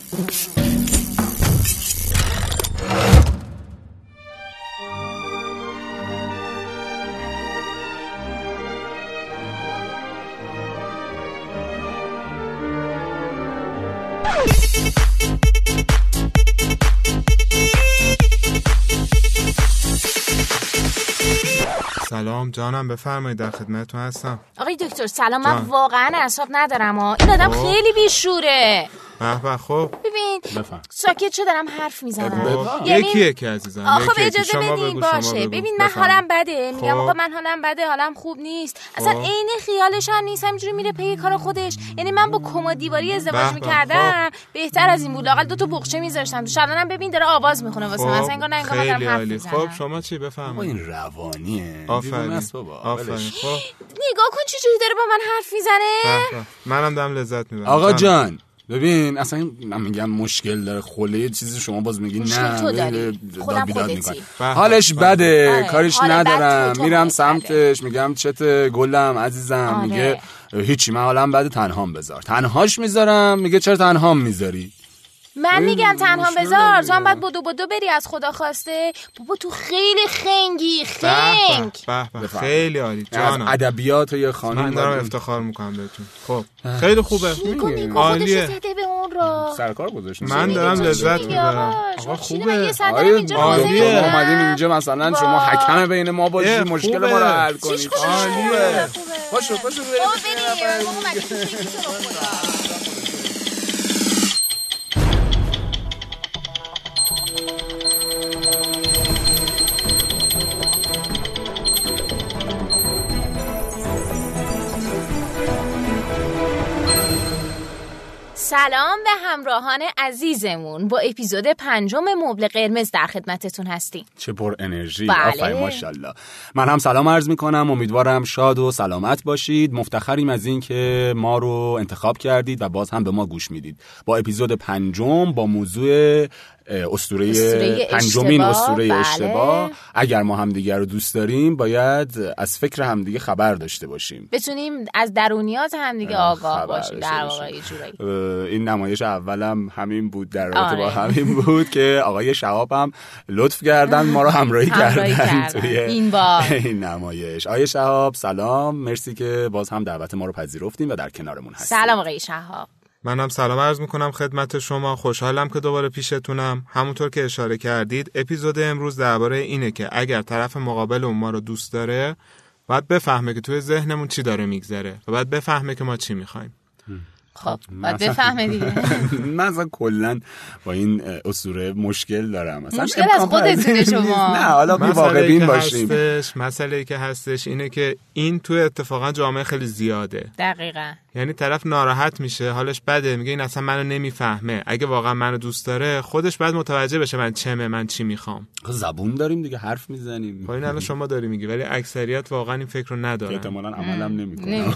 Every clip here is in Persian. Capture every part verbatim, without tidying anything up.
سلام جانم، بفرمایید، در خدمتتون هستم. آقای دکتر سلام، من واقعا اعصاب ندارم ها. این آدم خیلی بیشوره. به به. خب ببین بفهم. ساکت شو دارم حرف میزنم. یکی یکی عزیزم. خب اجازه بدین باشه. ببین من حالم بده، میگم آقا من حالم بده، حالم خوب نیست. اصلا عین خیالش هم نیست، همینجوری میره پی کار خودش. یعنی من با کما دیواری ازدواج میکردم بهتر از این بود، لااقل دو تا بوقچه میذاشتم. تو الانم ببین داره آواز میخونه واسه من، اصلا انگار نه انگار دارم حرف میزنم. خب شما چی بفرمایید؟ این روانیه. آفرین آفرین. خب نگاه کن چجوری داره با من حرف میزنه. منم دارم لذت میبرم. آقا جان ببین اصلا من میگم مشکل داره، خله یه چیزی شما باز میگی نه تو داری، خودم خودتی. حالش بده، آره. کاریش حال ندارم، تو میرم تو سمتش میگم چته گلم عزیزم. آره. میگه هیچی من حالم بده، تنهام بذار. تنهاش میذارم، میگه چرا تنهام میذاری؟ من میگم تنها بذار، تو هم باید بدو بدو بری از خدا خواسته. بابا تو خیلی خنگی، خنگ. به به خیلی عالی جانم. از ادبیات یه خانم من دارم افتخار میکنم بهتون. خب خیلی خوبه، عالیه. زده به اون را سرکار گذاشتین. من دارم لذت میبرم. آقا خوبه. عالیه. ما اومدیم اینجا مثلا شما حکم بین ما باشی، مشکل ما رو حل کنید. عالیه. باشو باشو بریم. سلام به همراهان عزیزمون، با اپیزود پنجم مبل قرمز در خدمتتون هستیم. چه پر انرژی. بله. آفرین ماشاءالله. من هم سلام عرض میکنم، امیدوارم شاد و سلامت باشید. مفتخریم از این که ما رو انتخاب کردید و باز هم به ما گوش میدید با اپیزود پنجم با موضوع اسطوره پنجمین اسطوره بله. اشتباه. اگر ما همدیگه رو دوست داریم باید از فکر همدیگه خبر داشته باشیم، بتونیم از درونیات همدیگه آگاه باشیم. در واقع یه جورایی این نمایش اولم همین بود، در رابطه با همین بود که آقای شهاب هم لطف کردن ما رو همراهی کردن توی این با این نمایش. آقای شهاب سلام، مرسی که باز هم دعوت ما رو پذیرفتین و در کنارمون هستید. سلام آقای شهاب. منم سلام عرض میکنم خدمت شما، خوشحالم که دوباره پیشتونم. همونطور که اشاره کردید اپیزود امروز درباره اینه که اگر طرف مقابل ما رو دوست داره باید بفهمه که توی ذهنمون چی داره میگذره و باید بفهمه که ما چی میخوایم. خب باید بفهمه دیگه. من اصلا کلن با این اسطوره مشکل دارم. مشکل از خودتونه شما. نه حالا بی واقع بین باشیم. مسئله‌ای که هستش اینه که این توی اتفاقا جامعه خیلی زیاده. دقیقاً. یعنی طرف ناراحت میشه، حالش بده، میگه این اصلا منو نمیفهمه. اگه واقعا منو دوست داره خودش باید متوجه بشه من چمه، من چی میخوام. زبون داریم دیگه، حرف میزنیم. خب این الان شما داری میگی، ولی اکثریت واقعا این فکر رو ندارن. احتمالاً عملم نمیکنن.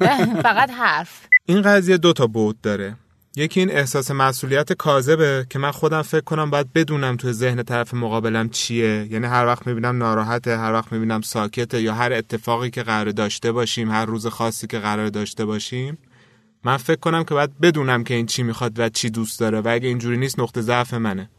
فقط حرف. این قضیه دو تا بعد داره. یکی این احساس مسئولیت کاذبه که من خودم فکر کنم باید بدونم توی ذهن طرف مقابلم چیه. یعنی هر وقت میبینم ناراحته، هر وقت میبینم ساکته، یا هر اتفاقی که قرار داشته باشیم، هر روز خاصی که قرار داشته باشیم، من فکر کنم که باید بدونم که این چی میخواد و چی دوست داره و اگه اینجوری نیست نقطه ضعف منه.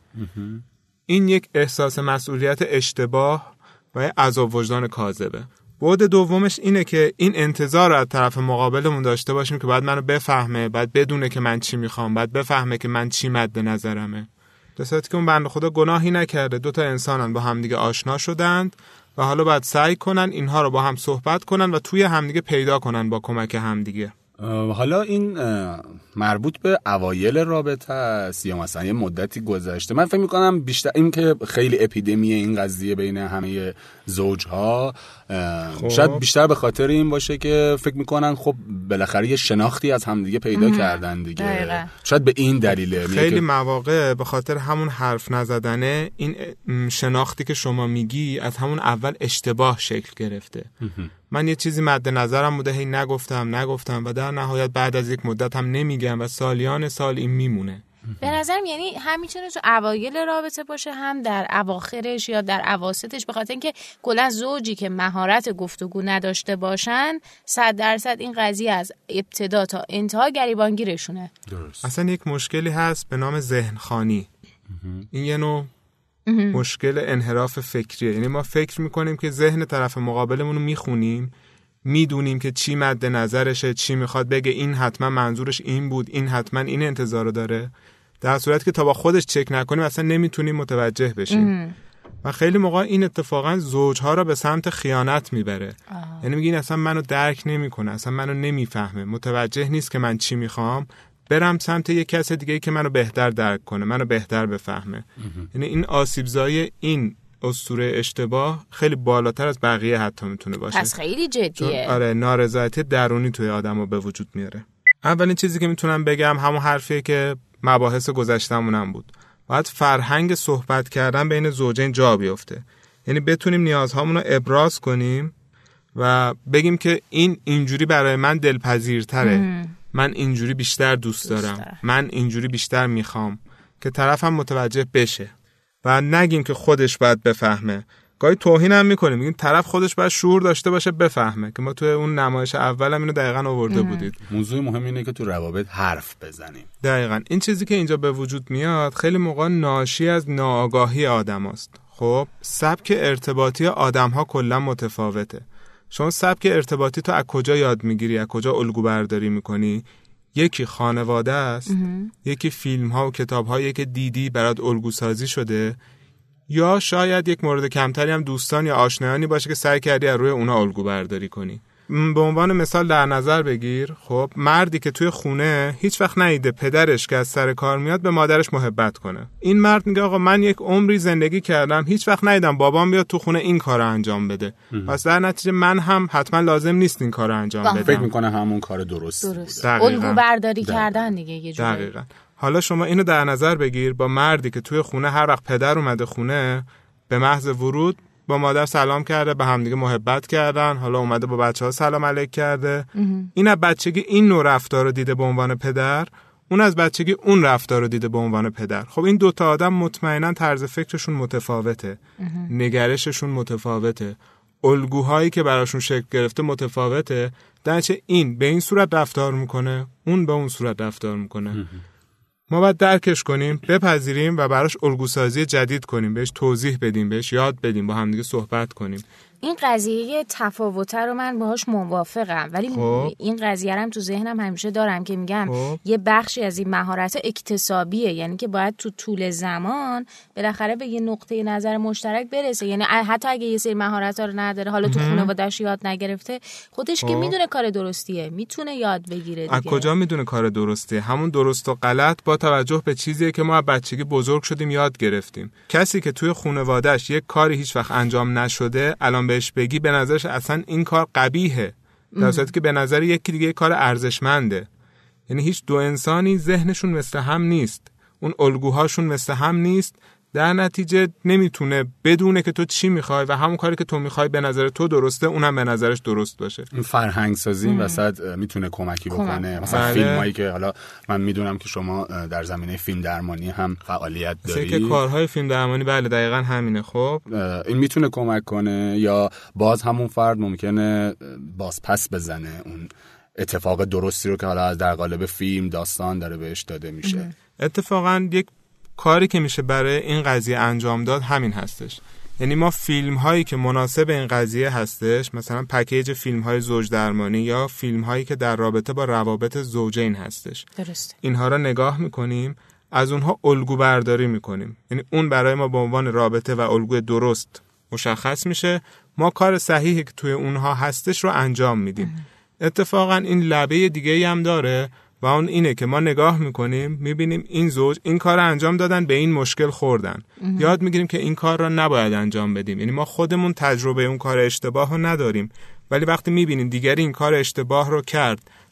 این یک احساس مسئولیت اشتباه و عذاب وجدان کاذبه. بعد دومش اینه که این انتظار رو از طرف مقابلمون داشته باشیم که باید منو بفهمه، باید بدونه که من چی میخوام، باید بفهمه که من چی مد نظرمه. در صورتی که اون بنده خدا گناهی نکرده، دو تا انسانن با همدیگه آشنا شدند و حالا باید سعی کنن اینها رو با هم صحبت کنن و توی همدیگه پیدا کنن با کمک همدیگه. حالا این مربوط به اوایل رابطه است یا مثلا یه مدتی گذشته؟ من فکر میکنم بیشتر این که خیلی اپیدمی این قضیه بین همه زوجها خب. شاید بیشتر به خاطر این باشه که فکر میکنن خب بالاخره یه شناختی از همدیگه پیدا کردن دیگه دقیقا. شاید به این دلیله. خیلی مواقع به خاطر همون حرف نزدنه این شناختی که شما میگی از همون اول اشتباه شکل گرفته. من یه چیزی مد نظرم بوده، هی نگفتم نگفتم و در نهایت بعد از یک مدت هم نمیگم و سالیان سال این میمونه. به نظرم یعنی هم میتونه تو اوایل رابطه باشه هم در اواخرش یا در اواسطش، به خاطر اینکه کلا زوجی که مهارت گفتگو نداشته باشن صد درصد این قضیه از ابتدا تا انتها گریبانگیرشونه. درست. اصلا یک مشکلی هست به نام ذهن خوانی. این یه نوع مشکل انحراف فکریه. یعنی ما فکر میکنیم که ذهن طرف مقابلمون رو میخونیم، میدونیم که چی مد نظرشه، چی میخواد بگه، این حتما منظورش این بود، این حتما این انتظارو داره، در صورتی که تا با خودش چک نکنیم اصلا نمیتونیم متوجه بشیم. و خیلی موقع این اتفاقا زوجها را به سمت خیانت میبره. یعنی میگه این اصلا منو درک نمیکنه، اصلا منو نمیفهمه، متوجه نیست که من چی میخوام، برم سمت یک کس دیگه که منو بهتر درک کنه، منو بهتر بفهمه. یعنی این آسیبزای این اسطوره اشتباه خیلی بالاتر از بقیه حتی میتونه باشه. پس خیلی جدیه. آره، نارضایتی درونی توی آدمو به وجود میاره. اولین چیزی که میتونم بگم همون حرفیه که مباحث گذشتمونم بود. باید فرهنگ صحبت کردن بین زوجین جا بیفته. یعنی بتونیم نیازهامون رو ابراز کنیم و بگیم که این اینجوری برای من دلپذیرتره. ام. من اینجوری بیشتر دوست دارم. دوست من اینجوری بیشتر میخوام، که طرفم متوجه بشه. و نگیم که خودش باید بفهمه. گاهی توهین هم میکنیم، میگیم طرف خودش باید شعور داشته باشه بفهمه، که ما توی اون نمایش اول هم اینو دقیقاً آورده بودید. موضوع مهم اینه که تو روابط حرف بزنیم. دقیقاً. این چیزی که اینجا به وجود میاد خیلی موقع ناشی از ناآگاهی آدم است. خب سبک ارتباطی آدم‌ها کلاً متفاوته. شما سبک ارتباطی تو از کجا یاد میگیری، از کجا الگو برداری میکنی؟ یکی خانواده است، یکی فیلم‌ها و کتاب‌هایی که دیدی برات الگو سازی شده، یا شاید یک مورد کمتری هم دوستان یا آشنایانی باشه که سعی کردی از روی اونا الگو برداری کنی. به عنوان مثال در نظر بگیر، خب مردی که توی خونه هیچ وقت ندیده پدرش که از سر کار میاد به مادرش محبت کنه. این مرد میگه آقا من یک عمری زندگی کردم هیچ وقت ندیدم بابام بیاد تو خونه این کارو انجام بده. پس در نتیجه من هم حتما لازم نیست این کارو انجام بدم. فکر میکنه همون کار درست درست الگو برداری کردن دیگه یه جوری. دقیقاً. حالا شما اینو در نظر بگیر با مردی که توی خونه هر وقت پدر اومده خونه به محض ورود با مادر سلام کرده، به همدیگه محبت کردن، حالا اومده با بچه‌ها سلام علیک کرده. این از بچگی این نوع رفتار رو دیده به عنوان پدر، اون از بچگی اون رفتار رو دیده به عنوان پدر. خب این دوتا آدم مطمئنا طرز فکرشون متفاوته، نگرششون متفاوته، الگوهایی که براشون شکل گرفته متفاوته. درنچه این به این صورت رفتار میکنه، اون به اون صورت رفتار میکنه. ما باید درکش کنیم، بپذیریم و براش الگوسازی جدید کنیم، بهش توضیح بدیم، بهش یاد بدیم، با همدیگه صحبت کنیم. این قضیه تفاوته رو من باهاش موافقم، ولی خوب. این قضیه رو هم تو ذهنم همیشه دارم که میگم خوب. یه بخشی از این مهارت اکتسابیه، یعنی که باید تو طول زمان بالاخره به یه نقطه نظر مشترک برسه. یعنی حتی اگه یه سری مهارت‌ها رو نداره، حالا تو خانواده‌اش یاد نگرفته، خودش خوب. که میدونه کار درستیه، میتونه یاد بگیره دیگه. از کجا میدونه کار درستیه؟ همون درست و غلط با توجه به چیزیه که ما از بچگی بزرگ شدیم یاد گرفتیم. کسی که توی خانواده‌اش یک کاری هیچ وقت انجام نشده، الان بهش بگی به نظرش اصلا این کار قبیحه، در صورتی که به نظر یکی دیگه کار ارزشمنده. یعنی هیچ دو انسانی ذهنشون مثل هم نیست، اون الگوهاشون مثل هم نیست، در نتیجه نمیتونه بدونه که تو چی میخوای و همون کاری که تو میخوای به نظر تو درسته اونم به نظرش درست باشه. این فرهنگ سازی این وسط میتونه کمکی بکنه. مثلا بله. فیلمایی که حالا من میدونم که شما در زمینه فیلم درمانی هم فعالیت داری، که کارهای فیلم درمانی بله دقیقاً همینه. خب این میتونه کمک کنه، یا باز همون فرد ممکنه باز پس بزنه اون اتفاق درستی رو که حالا از در قالب فیلم داستان داره بهش داده میشه. اتفاقاً یک کاری که میشه برای این قضیه انجام داد همین هستش. یعنی ما فیلم هایی که مناسب این قضیه هستش، مثلا پکیج فیلم های زوج درمانی یا فیلم هایی که در رابطه با روابط زوجین هستش، درسته، اینها را نگاه میکنیم، از اونها الگو برداری میکنیم. یعنی اون برای ما به عنوان رابطه و الگوی درست مشخص میشه، ما کار صحیحی که توی اونها هستش رو انجام میدیم. اتفاقا این لبه دیگه‌ای هم داره و اون اینه که ما نگاه میکنیم میبینیم این زوج این کار رو انجام دادن، به این مشکل خوردن، یاد میگیریم که این کار رو نباید انجام بدیم. یعنی ما خودمون تجربه اون کار اشتباه رو نداریم، ولی وقتی میبینیم دیگری این کار اشتباه رو کرد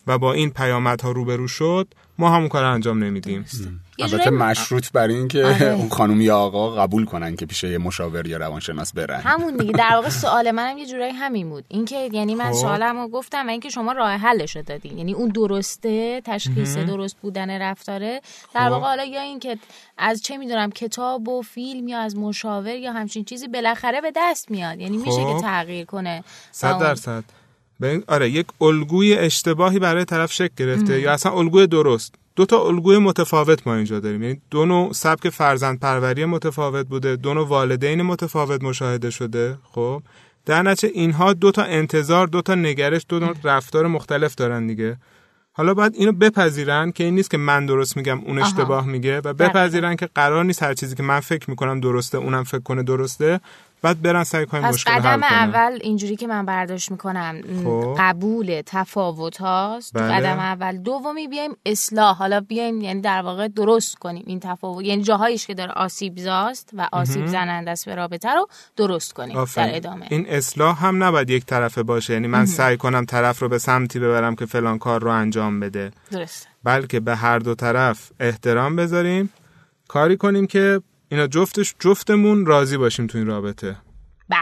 و با این پیامدها روبرو شد، ما همون کار انجام نمیدیم. البته مشروط بر این که آره. اون خانم یا آقا قبول کنن که پیش یه مشاور یا روانشناس برن. همون دیگه در واقع سوال منم یه جورایی همین بود. اینکه یعنی من سوالمو گفتم و اینکه شما راه حلشو دادین. یعنی اون درسته، تشخیص درست بودن رفتاره در واقع، حالا یا اینکه از چه میدونم کتاب و فیلم یا از مشاور یا همچین چیزی بالاخره به دست میاد. یعنی میشه که تغییر کنه. صد درصد. ببین آره یک الگوی اشتباهی برای طرف شکل گرفته ام. یا اصلا الگوی درست. دو تا الگوی متفاوت ما اینجا داریم، یعنی دو نوع سبک فرزند پروری متفاوت بوده، دو نوع والدین متفاوت مشاهده شده. خب در نتیجه اینها دو تا انتظار، دو تا نگرش، دو نوع رفتار مختلف دارن دیگه. حالا باید اینو بپذیرن که این نیست که من درست میگم اون اشتباه میگه و بپذیرن که قرار نیست هر چیزی که من فکر میکنم درسته اونم فکر کنه درسته، بعد برن سعی کنن مشکل حل کنن. قدم اول اینجوری که من برداشت میکنم خب. قبول تفاوت هاست. بله. قدم اول. دومی بیایم اصلاح، حالا بیایم یعنی در واقع درست کنیم این تفاوت، یعنی جاهایش که داره آسیب زاست و آسیب زننده است به رابطه رو درست کنیم آفن. در ادامه این اصلاح هم نباید یک طرفه باشه، یعنی من سعی کنم طرف رو به سمتی ببرم که فلان کار رو انجام بده. درست. بلکه به هر دو طرف احترام بذاریم، کاری کنیم که اینا جفتش جفتمون راضی باشیم تو این رابطه. بله.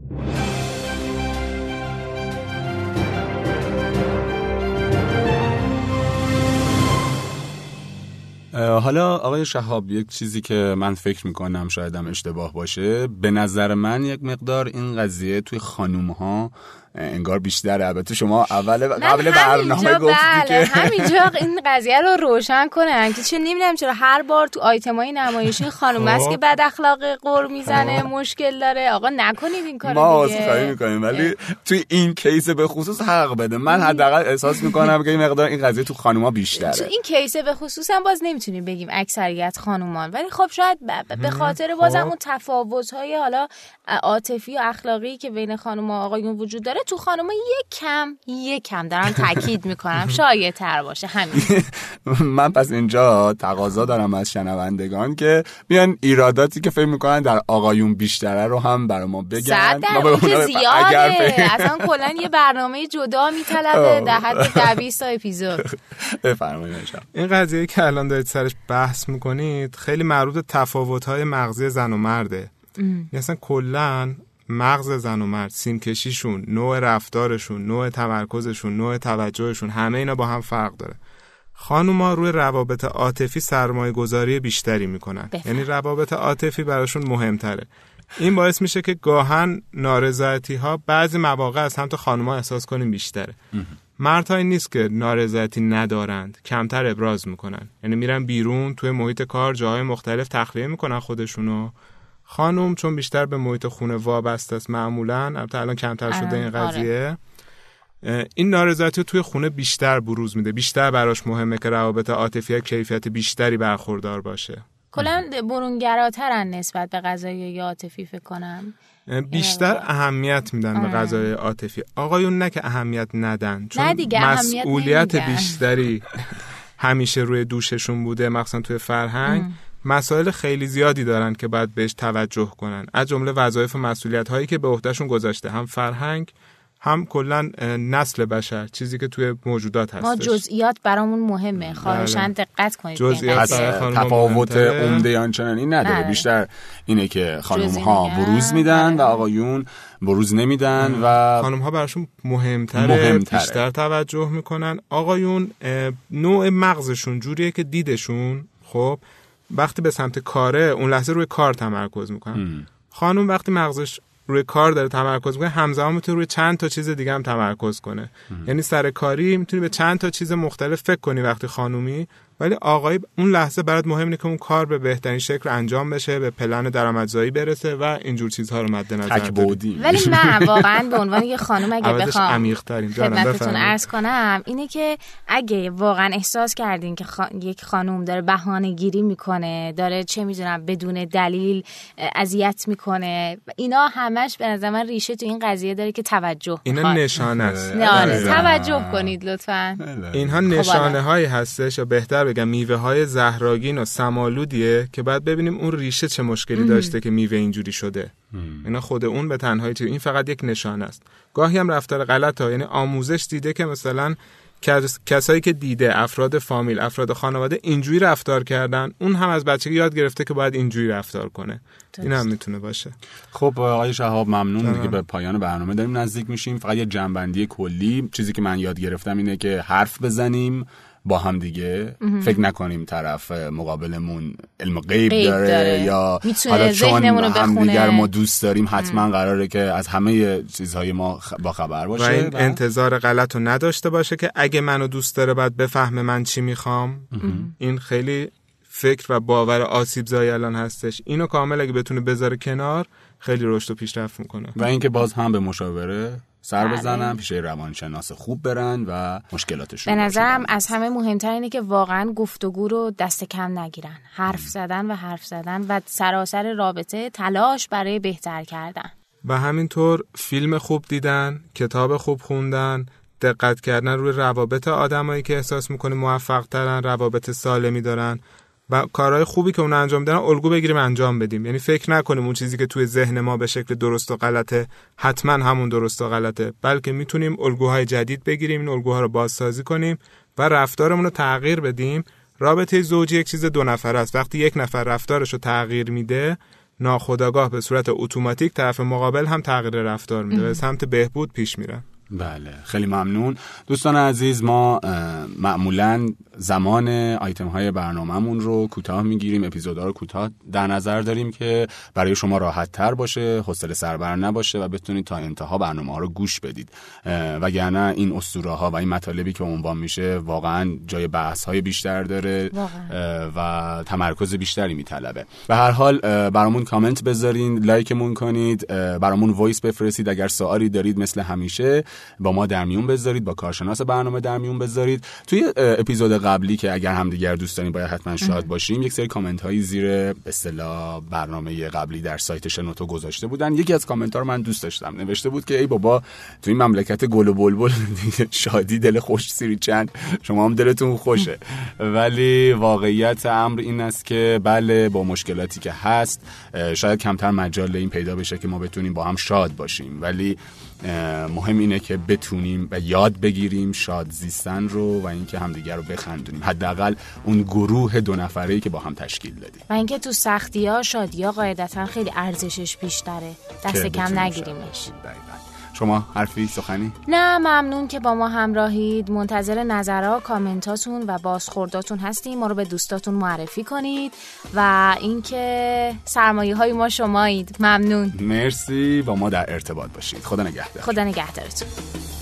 حالا آقای شهاب، یک چیزی که من فکر میکنم شایدم اشتباه باشه، به نظر من یک مقدار این قضیه توی خانوم‌ها انگار بیشتره. البته شما اول قبل برنامه گفتی بله که همینجا این قضیه رو روشن کنن که چه نمیدونم چرا هر بار تو آیتمای نمایشی خانم است که بد اخلاق قر میزنه مشکل داره. آقا نکنید این کارو دیگه. ما واسه میکنیم، ولی توی این کیس به خصوص حق بده. من حداقل احساس میکنم که این مقدار این قضیه تو خانوما بیشتره. تو این کیس به خصوص هم باز نمیتونیم بگیم اکثریت خانومان، ولی خب شاید به خاطر بازم اون تفاوت‌های حالا عاطفی و اخلاقی که بین خانم و آقایون وجود داره، تو خانم‌ها یک کم یک کم دارم تاکید میکنم شایع‌تر باشه. همین. من پس اینجا تقاضا دارم از شنوندگان که بیان ایراداتی که فکر میکنن در آقایون بیشتره رو هم برای ما بگن. ما به اون زیاده. اصلا کلا یه برنامه جدا میطلبه در حد ده بیست تا اپیزود. بفرمایید. این قضیه که الان دارید سرش بحث میکنید خیلی مربوط به تفاوت‌های مغزی زن و مرده. مثلا کلا مغز زن و مرد، سیمکشیشون، نوع رفتارشون، نوع تمرکزشون، نوع توجهشون، همه اینا با هم فرق داره. خانوما روی روابط عاطفی سرمایه گذاری بیشتری میکنن، یعنی روابط عاطفی براشون مهمتره. این باعث میشه که گاهن نارضایتی ها بعضی مواقع از سمت خانوما احساس کنیم بیشتره. مردها این نیست که نارضایتی ندارند، کمتر ابراز میکنن، یعنی میرن بیرون توی محیط کار جاهای مختلف تخلیه میکنن خودشونو. خانم چون بیشتر به محیط خونه وابسته است معمولاً، البته الان کمتر شده این قضیه، این نارضایتی توی خونه بیشتر بروز میده، بیشتر براش مهمه که روابط عاطفی کیفیت بیشتری برخوردار باشه. کلاً برونگراترن نسبت به قضایای عاطفی فکر کنم. بیشتر اهمیت میدن آه. به قضایای عاطفی. آقایون نه که اهمیت ندن، چون نه دیگه مسئولیت بیشتری همیشه روی دوششون بوده، مخصوصا توی فرهنگ. ام. مسائل خیلی زیادی دارن که باید بهش توجه کنن، از جمله وظایف و مسئولیت هایی که به عهدهشون گذاشته هم فرهنگ هم کلا نسل بشر، چیزی که توی موجودات هستش. ما جزئیات برامون مهمه، خواهشاً دقت کنید. جزئیات تفاوت عمده آنچنانی نداره. نه بیشتر اینه که خانم ها بروز میدن و آقایون بروز نمیدن و خانم ها براشون مهمتره, مهمتره. بیشتر توجه میکنن. آقایون نوع مغزشون جوریه که دیدشون خب وقتی به سمت کاره اون لحظه روی کار تمرکز میکنن. خانم وقتی مغزش روی کار داره تمرکز میکنه، همزمان میتونه روی چند تا چیز دیگه هم تمرکز کنه. ام. یعنی سر کاری میتونی به چند تا چیز مختلف فکر کنی وقتی خانومی، ولی آقای اون لحظه برات مهم اینه که اون کار به بهترین شکل انجام بشه، به پلن درآمدزایی برسه و اینجور چیزها رو مد نظر داری. ولی من واقعا به عنوان یه خانم اگه بخوام خدمتتون عرض کنم اینه که اگه واقعا احساس کردین که خا... یک خانم داره بهانه‌گیری میکنه، داره چه میدونم بدون دلیل اذیت میکنه، اینا همش به نظر من ریشه تو این قضیه داره که توجه اینا نشانه است. نه توجه کنید لطفاً. اینها نشانه هایی هستش، یا بهتر بگم میوه های زهراگین و سمالودیه که بعد ببینیم اون ریشه چه مشکلی داشته که میوه اینجوری شده. اینا خود اون به تنهایی چیز، این فقط یک نشانه است. گاهی هم رفتار غلط ها، یعنی آموزش دیده که مثلا کسایی که دیده، افراد فامیل، افراد خانواده اینجوری رفتار کردن، اون هم از بچگی یاد گرفته که باید اینجوری رفتار کنه. این هم میتونه باشه. خب آقای شهاب ممنون دیگه، به پایان برنامه داریم نزدیک میشیم. فقط یه جنبندی کلی، چیزی که من یاد گرفتم اینه که حرف بزنیم با هم دیگه، فکر نکنیم طرف مقابلمون علم غیب, غیب داره, داره یا حالا چون هم دیگر ما دوست داریم حتما ام. قراره که از همه چیزهای ما با خبر باشه و این و انتظار غلط رو نداشته باشه که اگه منو دوست داره باید بفهمه من چی میخوام. این خیلی فکر و باور آسیب زایی الان هستش. اینو کامل اگه بتونه بذاره کنار خیلی رشد و پیشرفت میکنه. و اینکه باز هم به مشاوره سر بزنن، پیش روانشناس خوب برن و مشکلاتشون. به نظرم از همه مهمتر اینه که واقعا گفتگو رو دست کم نگیرن، حرف زدن و حرف زدن و سراسر رابطه تلاش برای بهتر کردن. و همینطور فیلم خوب دیدن، کتاب خوب خوندن، دقت کردن روی روابط آدمایی که احساس میکنه موفق ترن، روابط سالمی دارن و کارهای خوبی که اون انجام میدن الگو بگیریم انجام بدیم. یعنی فکر نکنیم اون چیزی که توی ذهن ما به شکل درست و غلطه حتما همون درست و غلطه، بلکه میتونیم الگوهای جدید بگیریم، این الگوها رو بازسازی کنیم و رفتارمون رو تغییر بدیم. رابطه زوجی یک چیز دو نفره است. وقتی یک نفر رفتارش رو تغییر میده، ناخودآگاه به صورت اتوماتیک طرف مقابل هم تغییر رفتار میده و سمت بهبود پیش میره. بله، خیلی ممنون. دوستان عزیز، ما معمولاً زمان آیتم های برنامه‌مون رو کوتاه میگیریم، اپیزودها رو کوتاه در نظر داریم که برای شما راحت تر باشه، حوصله سربر نباشه و بتونید تا انتها برنامه ها رو گوش بدید. وگرنه این اسطوره ها و این مطالبی که عنوان میشه واقعاً جای بحث های بیشتر داره واقعا. و تمرکز بیشتری میطلبه. به هر حال برامون کامنت بذارین، لایکمون کنید، برامون وایس بفرستید، اگر سوالی دارید مثل همیشه با ما در میون بذارید، با کارشناس برنامه در میون بذارید. توی اپیزود قبلی که اگر همدیگر دوست دارین باید حتما شاد باشیم، یک سری کامنت هایی زیر به اصطلاح برنامه قبلی در سایت شنوتو گذاشته بودن. یکی از کامنت ها رو من دوست داشتم، نوشته بود که ای بابا تو این مملکت گل و بلبل شادی دل خوش سیری چند، شما هم دلتون خوشه. ولی واقعیت امر این است که بله، با مشکلاتی که هست شاید کمتر مجال این پیدا بشه که ما بتونیم با هم شاد باشیم، ولی مهم اینه که بتونیم و یاد بگیریم شاد زیستن رو و اینکه همدیگر رو بخندونیم، حداقل اون گروه دو نفره‌ای که با هم تشکیل دادیم. و اینکه تو سختی‌ها شادی‌ها قاعدتاً خیلی ارزشش بیشتره، دست کم نگیریمش. شما حرفی سخنی؟ نه، ممنون که با ما همراهید. منتظر نظرها، کامنتاتون و بازخورداتون هستیم. ما رو به دوستاتون معرفی کنید و اینکه سرمایه‌های ما شمایید. ممنون. مرسی، با ما در ارتباط باشید. خدا نگهدار. خدا نگهدارتون.